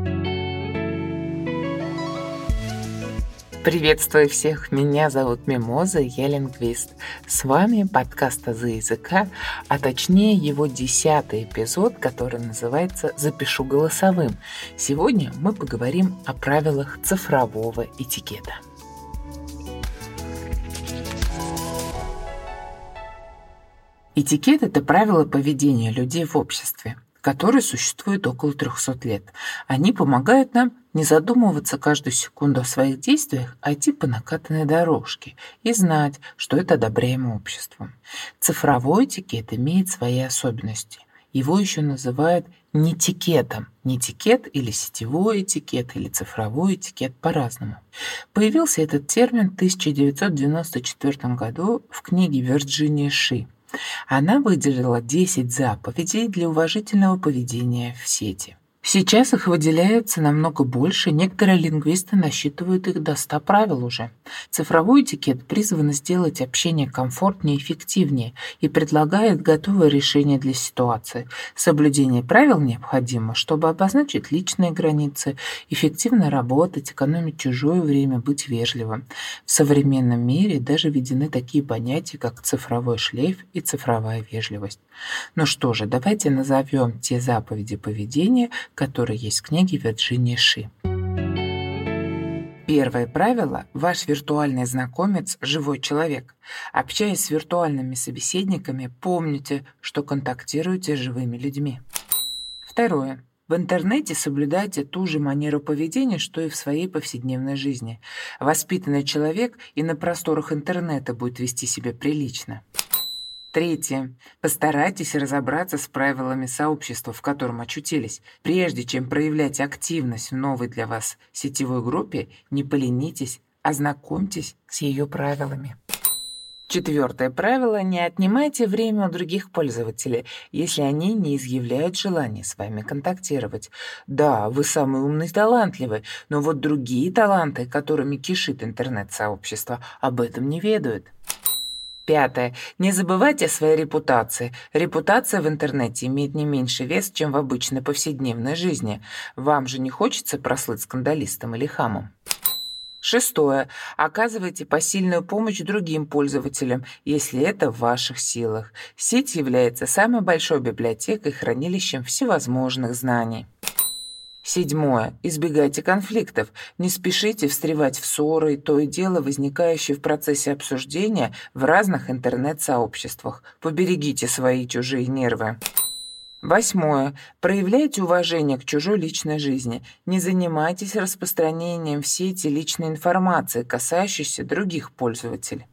Приветствую всех, меня зовут Мимоза, я лингвист. С вами подкаст «Азы языка», а точнее его 10-й эпизод, который называется «Запишу голосовым». Сегодня мы поговорим о правилах цифрового этикета. Этикет – это правила поведения людей в обществе, которые существуют около 300 лет. Они помогают нам не задумываться каждую секунду о своих действиях, а идти по накатанной дорожке и знать, что это одобряемо обществом. Цифровой этикет имеет свои особенности. Его еще называют нетикетом. Нетикет или сетевой этикет, или цифровой этикет по-разному. Появился этот термин в 1994 году в книге Вирджинии Ши. Она выделила 10 заповедей для уважительного поведения в сети. Сейчас их выделяется намного больше, некоторые лингвисты насчитывают их до 100 правил уже. Цифровой этикет призван сделать общение комфортнее и эффективнее и предлагает готовое решение для ситуации. Соблюдение правил необходимо, чтобы обозначить личные границы, эффективно работать, экономить чужое время, быть вежливым. В современном мире даже введены такие понятия, как цифровой шлейф и цифровая вежливость. Ну что же, давайте назовем те заповеди поведения, которые есть в книге Вирджинии Ши. Первое правило – ваш виртуальный знакомец – живой человек. Общаясь с виртуальными собеседниками, помните, что контактируете с живыми людьми. Второе. В интернете соблюдайте ту же манеру поведения, что и в своей повседневной жизни. Воспитанный человек и на просторах интернета будет вести себя прилично. Третье. Постарайтесь разобраться с правилами сообщества, в котором очутились. Прежде чем проявлять активность в новой для вас сетевой группе, не поленитесь, ознакомьтесь с ее правилами. Четвертое правило – не отнимайте время у других пользователей, если они не изъявляют желания с вами контактировать. Да, вы самый умный и талантливый, но вот другие таланты, которыми кишит интернет-сообщество, об этом не ведают. Пятое. Не забывайте о своей репутации. Репутация в интернете имеет не меньший вес, чем в обычной повседневной жизни. Вам же не хочется прослыть скандалистом или хамом. Шестое. Оказывайте посильную помощь другим пользователям, если это в ваших силах. Сеть является самой большой библиотекой и хранилищем всевозможных знаний. Седьмое. Избегайте конфликтов. Не спешите встревать в ссоры, то и дело, возникающие в процессе обсуждения в разных интернет-сообществах. Поберегите свои чужие нервы. Восьмое. Проявляйте уважение к чужой личной жизни. Не занимайтесь распространением в сети личной информации, касающейся других пользователей.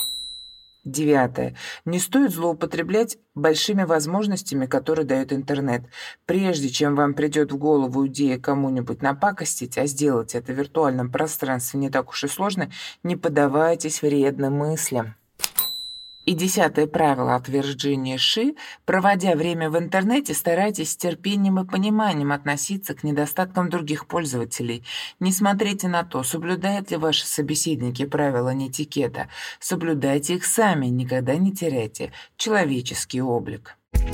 Девятое. Не стоит злоупотреблять большими возможностями, которые дает интернет. Прежде чем вам придет в голову идея кому-нибудь напакостить, а сделать это в виртуальном пространстве не так уж и сложно, не поддавайтесь вредным мыслям. И 10-е правило от Вирджинии Ши. Проводя время в интернете, старайтесь с терпением и пониманием относиться к недостаткам других пользователей. Не смотрите на то, соблюдают ли ваши собеседники правила нетикета. Соблюдайте их сами, никогда не теряйте человеческий облик.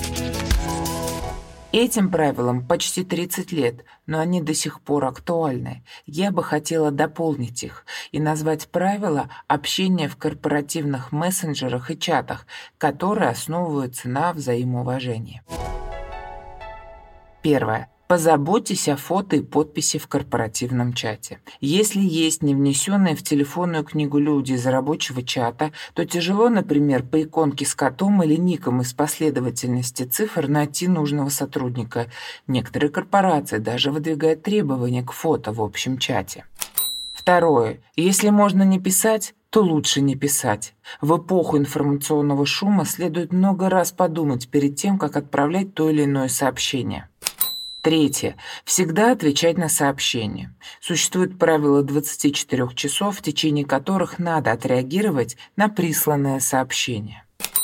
Этим правилам почти 30 лет, но они до сих пор актуальны. Я бы хотела дополнить их и назвать правила общения в корпоративных мессенджерах и чатах, которые основываются на взаимоуважении. Первое. Позаботьтесь о фото и подписи в корпоративном чате. Если есть не внесенные в телефонную книгу люди из рабочего чата, то тяжело, например, по иконке с котом или ником из последовательности цифр найти нужного сотрудника. Некоторые корпорации даже выдвигают требования к фото в общем чате. Второе. Если можно не писать, то лучше не писать. В эпоху информационного шума следует много раз подумать перед тем, как отправлять то или иное сообщение. Третье. Всегда отвечать на сообщения. Существует правило 24 часов, в течение которых надо отреагировать на присланное сообщение.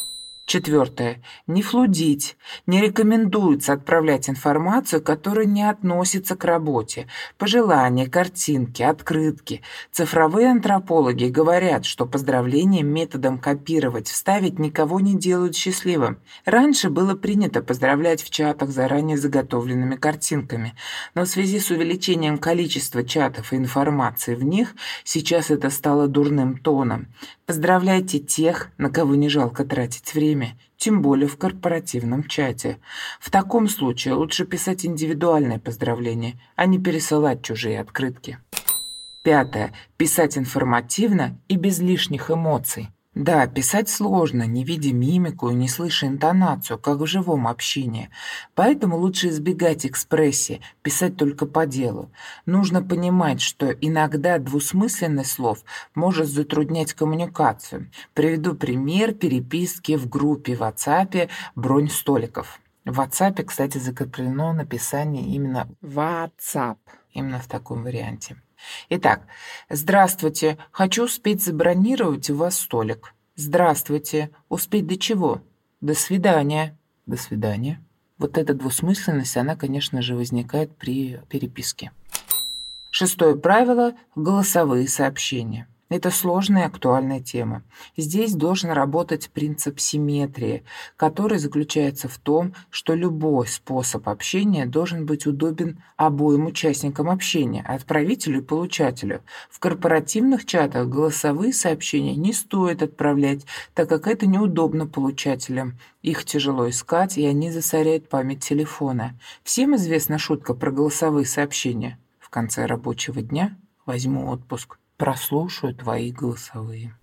Четвертое. Не флудить. Не рекомендуется отправлять информацию, которая не относится к работе. Пожелания, картинки, открытки. Цифровые антропологи говорят, что поздравления методом копировать, вставить никого не делают счастливым. Раньше было принято поздравлять в чатах заранее заготовленными картинками, но в связи с увеличением количества чатов и информации в них, сейчас это стало дурным тоном. Поздравляйте тех, на кого не жалко тратить время, тем более в корпоративном чате. В таком случае лучше писать индивидуальные поздравления, а не пересылать чужие открытки. Пятое. Писать информативно и без лишних эмоций. Да, писать сложно, не видя мимику и не слыша интонацию, как в живом общении. Поэтому лучше избегать экспрессии, писать только по делу. Нужно понимать, что иногда двусмысленность слов может затруднять коммуникацию. Приведу пример переписки в группе в WhatsApp «Бронь столиков». В WhatsApp, кстати, закреплено написание именно WhatsApp, именно в таком варианте. Итак, здравствуйте, хочу успеть забронировать у вас столик. Здравствуйте, успеть до чего? До свидания. До свидания. Вот эта двусмысленность, она, конечно же, возникает при переписке. Шестое правило – голосовые сообщения. Это сложная и актуальная тема. Здесь должен работать принцип симметрии, который заключается в том, что любой способ общения должен быть удобен обоим участникам общения, отправителю и получателю. В корпоративных чатах голосовые сообщения не стоит отправлять, так как это неудобно получателям. Их тяжело искать, и они засоряют память телефона. Всем известна шутка про голосовые сообщения. В конце рабочего дня возьму отпуск. Прослушаю твои голосовые.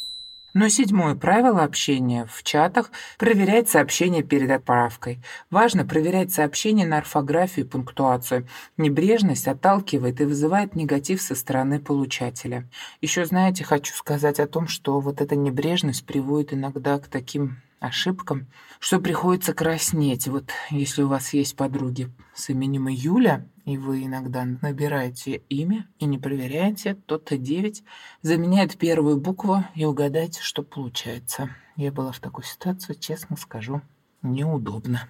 Но седьмое правило общения в чатах – проверять сообщения перед отправкой. Важно проверять сообщения на орфографию и пунктуацию. Небрежность отталкивает и вызывает негатив со стороны получателя. Еще, знаете, хочу сказать о том, что вот эта небрежность приводит иногда к таким ошибкам, что приходится краснеть. Вот если у вас есть подруги с именем Юля, и вы иногда набираете имя и не проверяете, то Т9 заменяет первую букву, и угадайте, что получается. Я была в такой ситуации, честно скажу, неудобно.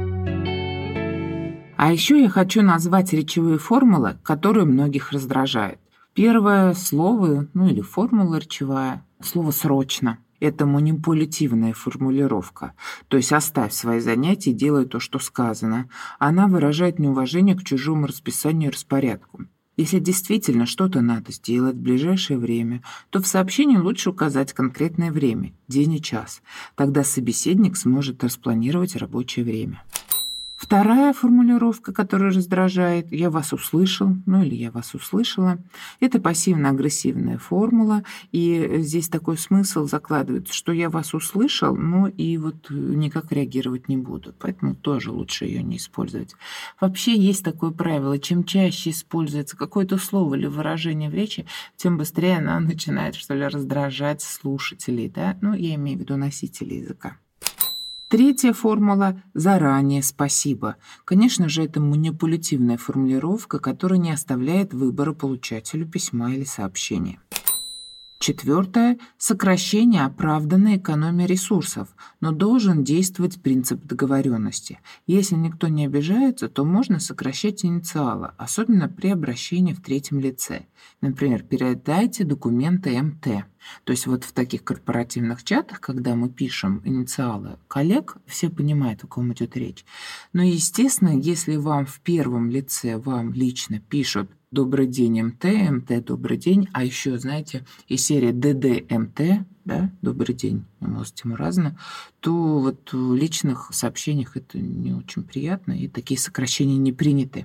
А еще я хочу назвать речевые формулы, которые многих раздражают. Первое слово, или формула речевая, слово «срочно». Это манипулятивная формулировка, то есть оставь свои занятия, делай то, что сказано. Она выражает неуважение к чужому расписанию и распорядку. Если действительно что-то надо сделать в ближайшее время, то в сообщении лучше указать конкретное время, день и час. Тогда собеседник сможет распланировать рабочее время. Вторая формулировка, которая раздражает, «я вас услышал», или «я вас услышала», это пассивно-агрессивная формула, и здесь такой смысл закладывается, что «я вас услышал», и вот никак реагировать не буду, поэтому тоже лучше ее не использовать. Вообще есть такое правило, чем чаще используется какое-то слово или выражение в речи, тем быстрее оно начинает, раздражать слушателей, да? Я имею в виду носителей языка. Третья формула – «заранее спасибо». Конечно же, это манипулятивная формулировка, которая не оставляет выбора получателю письма или сообщения. Четвертое – сокращение оправданной экономии ресурсов, но должен действовать принцип договоренности. Если никто не обижается, то можно сокращать инициалы, особенно при обращении в третьем лице. Например, передайте документы МТ. То есть вот в таких корпоративных чатах, когда мы пишем инициалы коллег, все понимают, о ком идет речь. Но, естественно, если вам в первом лице, вам лично пишут «Добрый день, МТ», «МТ, добрый день», а еще, знаете, из серии «ДД, МТ», да, «Добрый день», можете ему разно, то вот в личных сообщениях это не очень приятно, и такие сокращения не приняты.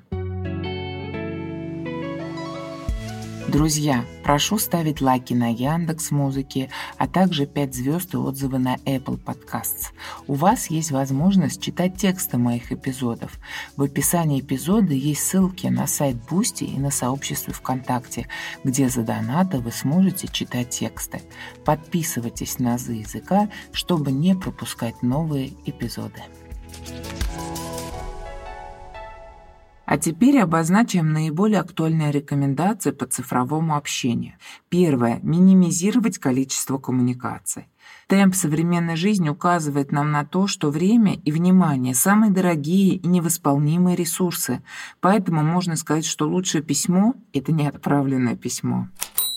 Друзья, прошу ставить лайки на Яндекс.Музыке, а также 5 звезд и отзывы на Apple Podcasts. У вас есть возможность читать тексты моих эпизодов. В описании эпизода есть ссылки на сайт Boosty и на сообщество ВКонтакте, где за донаты вы сможете читать тексты. Подписывайтесь на «Азы языка», чтобы не пропускать новые эпизоды. А теперь обозначим наиболее актуальные рекомендации по цифровому общению. Первое. Минимизировать количество коммуникаций. Темп современной жизни указывает нам на то, что время и внимание – самые дорогие и невосполнимые ресурсы. Поэтому можно сказать, что лучшее письмо – это неотправленное письмо.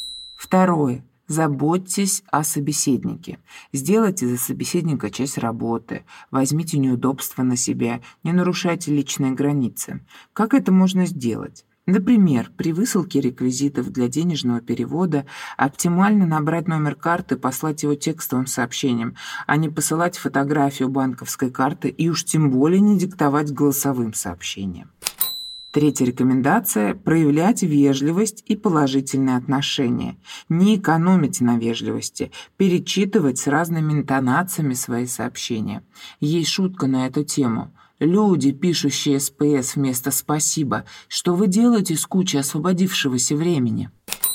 Второе. Заботьтесь о собеседнике. Сделайте за собеседника часть работы, возьмите неудобства на себя, не нарушайте личные границы. Как это можно сделать? Например, при высылке реквизитов для денежного перевода оптимально набрать номер карты и послать его текстовым сообщением, а не посылать фотографию банковской карты и уж тем более не диктовать голосовым сообщением. Третья рекомендация – проявлять вежливость и положительные отношения. Не экономить на вежливости, перечитывать с разными интонациями свои сообщения. Есть шутка на эту тему. Люди, пишущие СПС вместо «спасибо», что вы делаете с кучей освободившегося времени?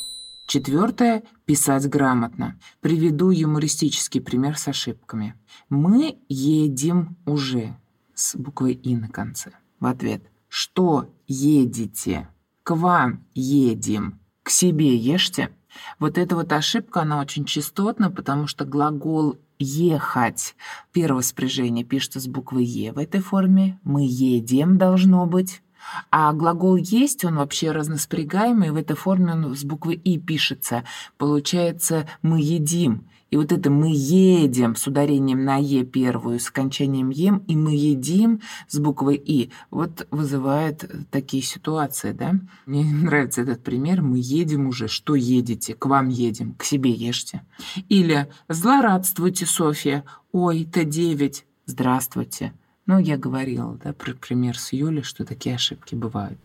Четвертое – писать грамотно. Приведу юмористический пример с ошибками. «Мы едем уже» с буквой «и» на конце. В ответ – что едете? К вам едем. К себе ешьте. Вот эта вот ошибка, она очень частотна, потому что глагол «ехать» первого спряжения пишется с буквы «е» в этой форме. «Мы едем» должно быть. А глагол «есть», он вообще разноспрягаемый, в этой форме он с буквы «и» пишется. Получается «мы едим». И вот это «мы едем» с ударением на «е» первую, с окончанием «ем», и «мы едим» с буквой «и». Вот вызывает такие ситуации, да? Мне нравится этот пример. «Мы едем уже». Что едете? К вам едем. К себе ешьте. Или «злорадствуйте, Софья». Ой, Т9. Здравствуйте. Ну, я говорила, да, про пример с Юлей, что такие ошибки бывают.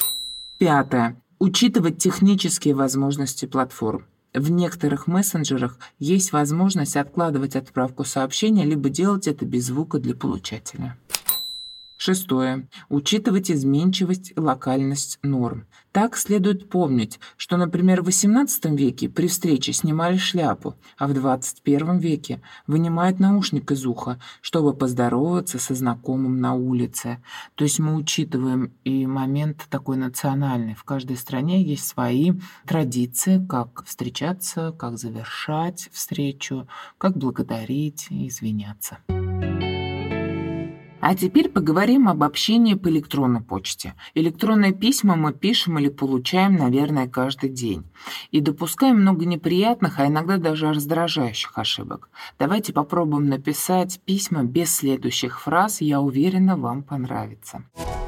Пятое. Учитывать технические возможности платформ. В некоторых мессенджерах есть возможность откладывать отправку сообщения, либо делать это без звука для получателя. Шестое. Учитывать изменчивость и локальность норм. Так следует помнить, что, например, в XVIII веке при встрече снимали шляпу, а в XXI веке вынимают наушник из уха, чтобы поздороваться со знакомым на улице. То есть мы учитываем и момент такой национальный. В каждой стране есть свои традиции, как встречаться, как завершать встречу, как благодарить и извиняться. А теперь поговорим об общении по электронной почте. Электронные письма мы пишем или получаем, наверное, каждый день. И допускаем много неприятных, а иногда даже раздражающих ошибок. Давайте попробуем написать письма без следующих фраз, я уверена, вам понравится.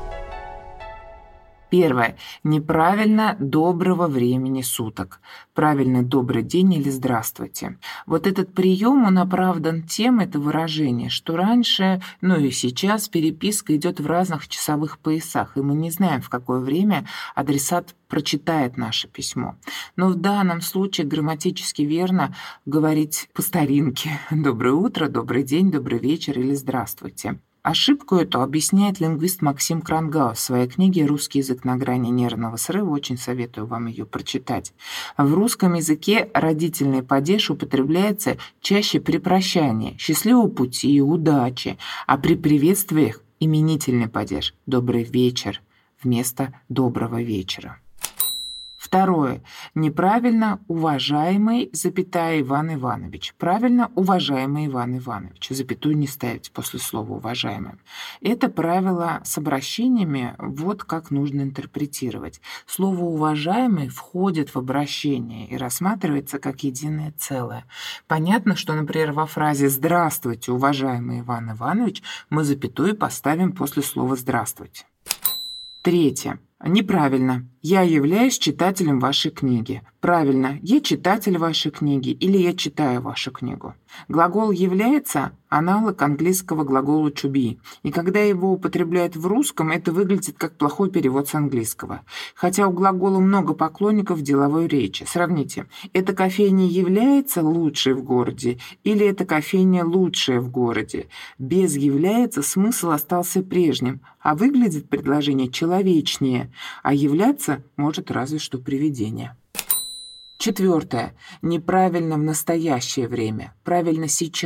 Первое. Неправильно «доброго времени суток». Правильно «добрый день» или «здравствуйте». Вот этот прием, он оправдан тем, это выражение, что раньше, ну и сейчас переписка идет в разных часовых поясах, и мы не знаем, в какое время адресат прочитает наше письмо. Но в данном случае грамматически верно говорить по старинке «доброе утро», «добрый день», «добрый вечер» или «здравствуйте». Ошибку эту объясняет лингвист Максим Крангау в своей книге «Русский язык на грани нервного срыва». Очень советую вам ее прочитать. В русском языке родительный падеж употребляется чаще при прощании, счастливого пути, удачи, а при приветствиях именительный падеж «добрый вечер» вместо «доброго вечера». Второе. Неправильно «уважаемый, запятая, Иван Иванович». Правильно «уважаемый Иван Иванович». Запятую не ставить после слова «уважаемый». Это правило с обращениями вот как нужно интерпретировать. Слово «уважаемый» входит в обращение и рассматривается как единое целое. Понятно, что, например, во фразе «Здравствуйте, уважаемый Иван Иванович» мы запятую поставим после слова «здравствуйте». Третье. Неправильно. Я являюсь читателем вашей книги. Правильно. Я читатель вашей книги или я читаю вашу книгу. Глагол «является» – аналог английского глагола «to be». И когда его употребляют в русском, это выглядит как плохой перевод с английского. Хотя у глагола много поклонников в деловой речи. Сравните. Эта кофейня является лучшей в городе или эта кофейня лучшая в городе? Без «является» смысл остался прежним, а выглядит предложение человечнее, а являться может разве что привидение. Четвертое. Неправильно в настоящее время. Правильно сейчас.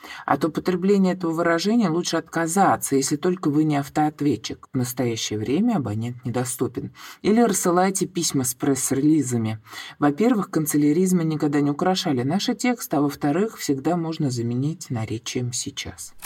От употребления этого выражения лучше отказаться, если только вы не автоответчик. В настоящее время абонент недоступен. Или рассылайте письма с пресс-релизами. Во-первых, канцеляризмы никогда не украшали наши тексты, а во-вторых, всегда можно заменить наречием «сейчас».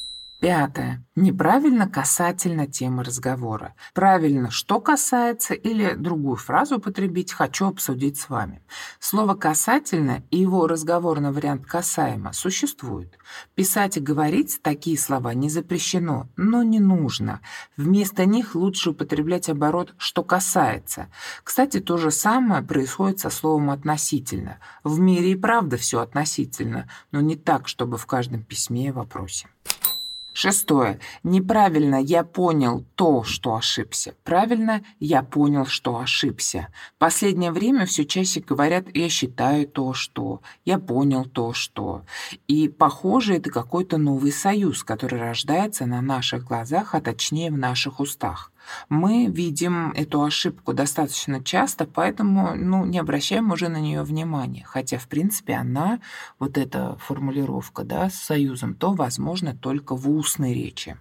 5. Неправильно касательно темы разговора. Правильно «что касается» или другую фразу употребить «хочу обсудить с вами». Слово «касательно» и его разговорный вариант «касаемо» существуют. Писать и говорить такие слова не запрещено, но не нужно. Вместо них лучше употреблять оборот «что касается». Кстати, то же самое происходит со словом «относительно». В мире и правда все относительно, но не так, чтобы в каждом письме и вопросе. 6. Неправильно «я понял то, что ошибся». Правильно «я понял, что ошибся». В последнее время все чаще говорят «я считаю то, что», «я понял то, что». И, похоже, это какой-то новый союз, который рождается на наших глазах, а точнее в наших устах. Мы видим эту ошибку достаточно часто, поэтому не обращаем уже на нее внимания. Хотя, в принципе, она, вот эта формулировка, с союзом, то возможно только в устной речи.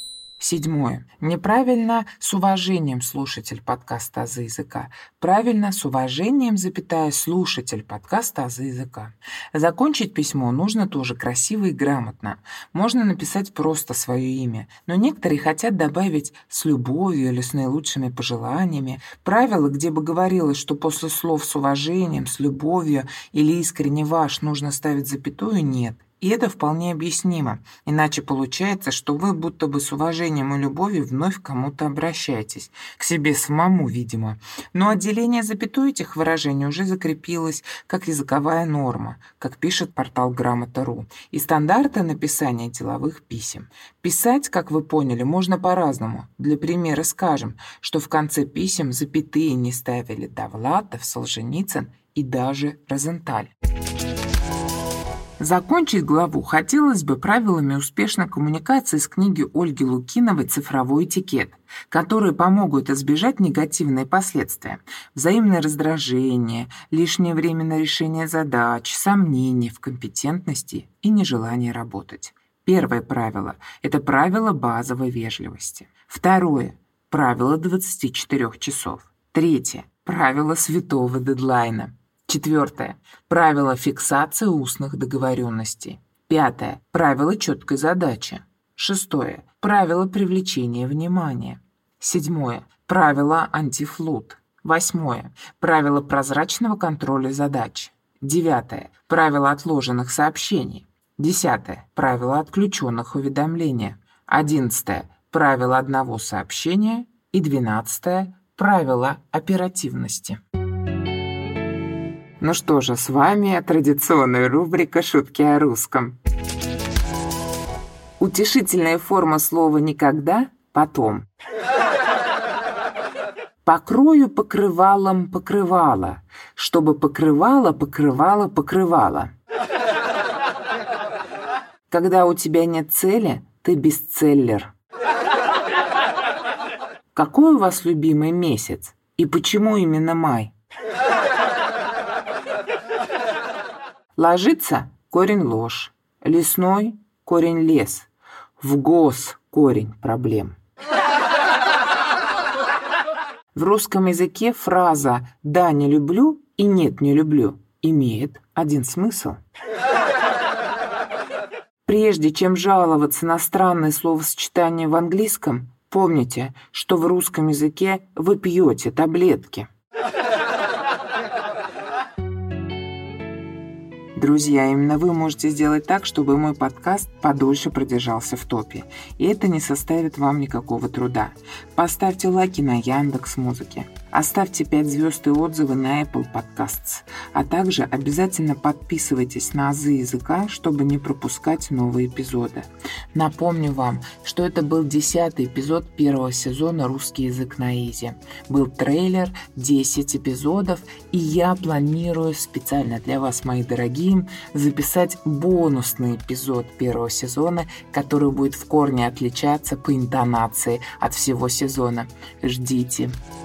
7. Неправильно «с уважением слушатель подкаста «Азы языка». Правильно «с уважением, слушатель подкаста «Азы языка». Закончить письмо нужно тоже красиво и грамотно. Можно написать просто свое имя, но некоторые хотят добавить «с любовью» или «с наилучшими пожеланиями». Правило, где бы говорилось, что после слов «с уважением», «с любовью» или «искренне ваш» нужно ставить запятую, нет. И это вполне объяснимо, иначе получается, что вы будто бы с уважением и любовью вновь к кому-то обращаетесь, к себе самому, видимо. Но отделение запятой этих выражений уже закрепилось как языковая норма, как пишет портал Грамота.ру, и стандарты написания деловых писем. Писать, как вы поняли, можно по-разному. Для примера скажем, что в конце писем запятые не ставили Довлатов, Солженицын и даже Розенталь. Закончить главу хотелось бы правилами успешной коммуникации из книги Ольги Лукиновой «Цифровой этикет», которые помогут избежать негативные последствия: взаимное раздражение, лишнее время на решение задач, сомнения в компетентности и нежелание работать. Первое правило – это правило базовой вежливости. Второе – правило 24 часов. Третье – правило святого дедлайна. 4. Правило фиксации устных договоренностей. 5. Правило четкой задачи. 6. Правило привлечения внимания. 7. Правило антифлут. 8. Правило прозрачного контроля задач. 9. Правило отложенных сообщений. 10. Правило отключенных уведомлений. 11. Правило одного сообщения. И 12. Правило оперативности. Ну что же, с вами традиционная рубрика «Шутки о русском». Утешительная форма слова «никогда» — «потом». Покрою покрывалом покрывало, чтобы покрывало покрывало покрывало. Когда у тебя нет цели, ты бестселлер. Какой у вас любимый месяц? И почему именно май? Ложится – корень ложь, лесной – корень лес, в гос – корень проблем. В русском языке фраза «да, не люблю» и «нет, не люблю» имеет один смысл. Прежде чем жаловаться на странные словосочетания в английском, помните, что в русском языке вы пьете таблетки. Друзья, именно вы можете сделать так, чтобы мой подкаст подольше продержался в топе. И это не составит вам никакого труда. Поставьте лайки на Яндекс.Музыке. Оставьте 5 звезд и отзывы на Apple Podcasts. А также обязательно подписывайтесь на «Азы языка», чтобы не пропускать новые эпизоды. Напомню вам, что это был 10-й эпизод первого сезона «Русский язык на Изи». Был трейлер, 10 эпизодов, и я планирую специально для вас, мои дорогие, записать бонусный эпизод первого сезона, который будет в корне отличаться по интонации от всего сезона. Ждите.